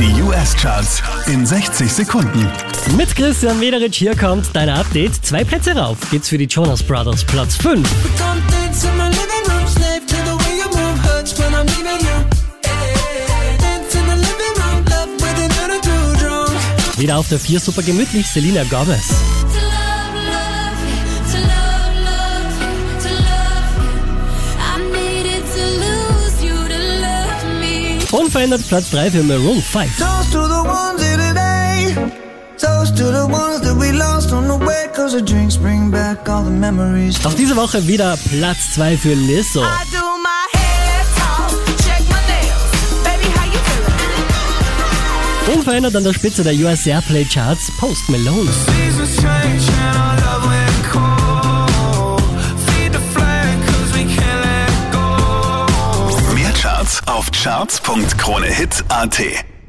Die US-Charts in 60 Sekunden. Mit Christian Mederitsch, hier kommt dein Update. 2 Plätze rauf geht's für die Jonas Brothers, Platz 5. Wieder auf der 4 super gemütlich, Selena Gomez. Unverändert Platz 3 für Maroon 5. Auch diese Woche wieder Platz 2 für Lizzo. Unverändert an der Spitze der US Airplay Charts Post Malone. Mehr Charts auf charts.kronehit.at.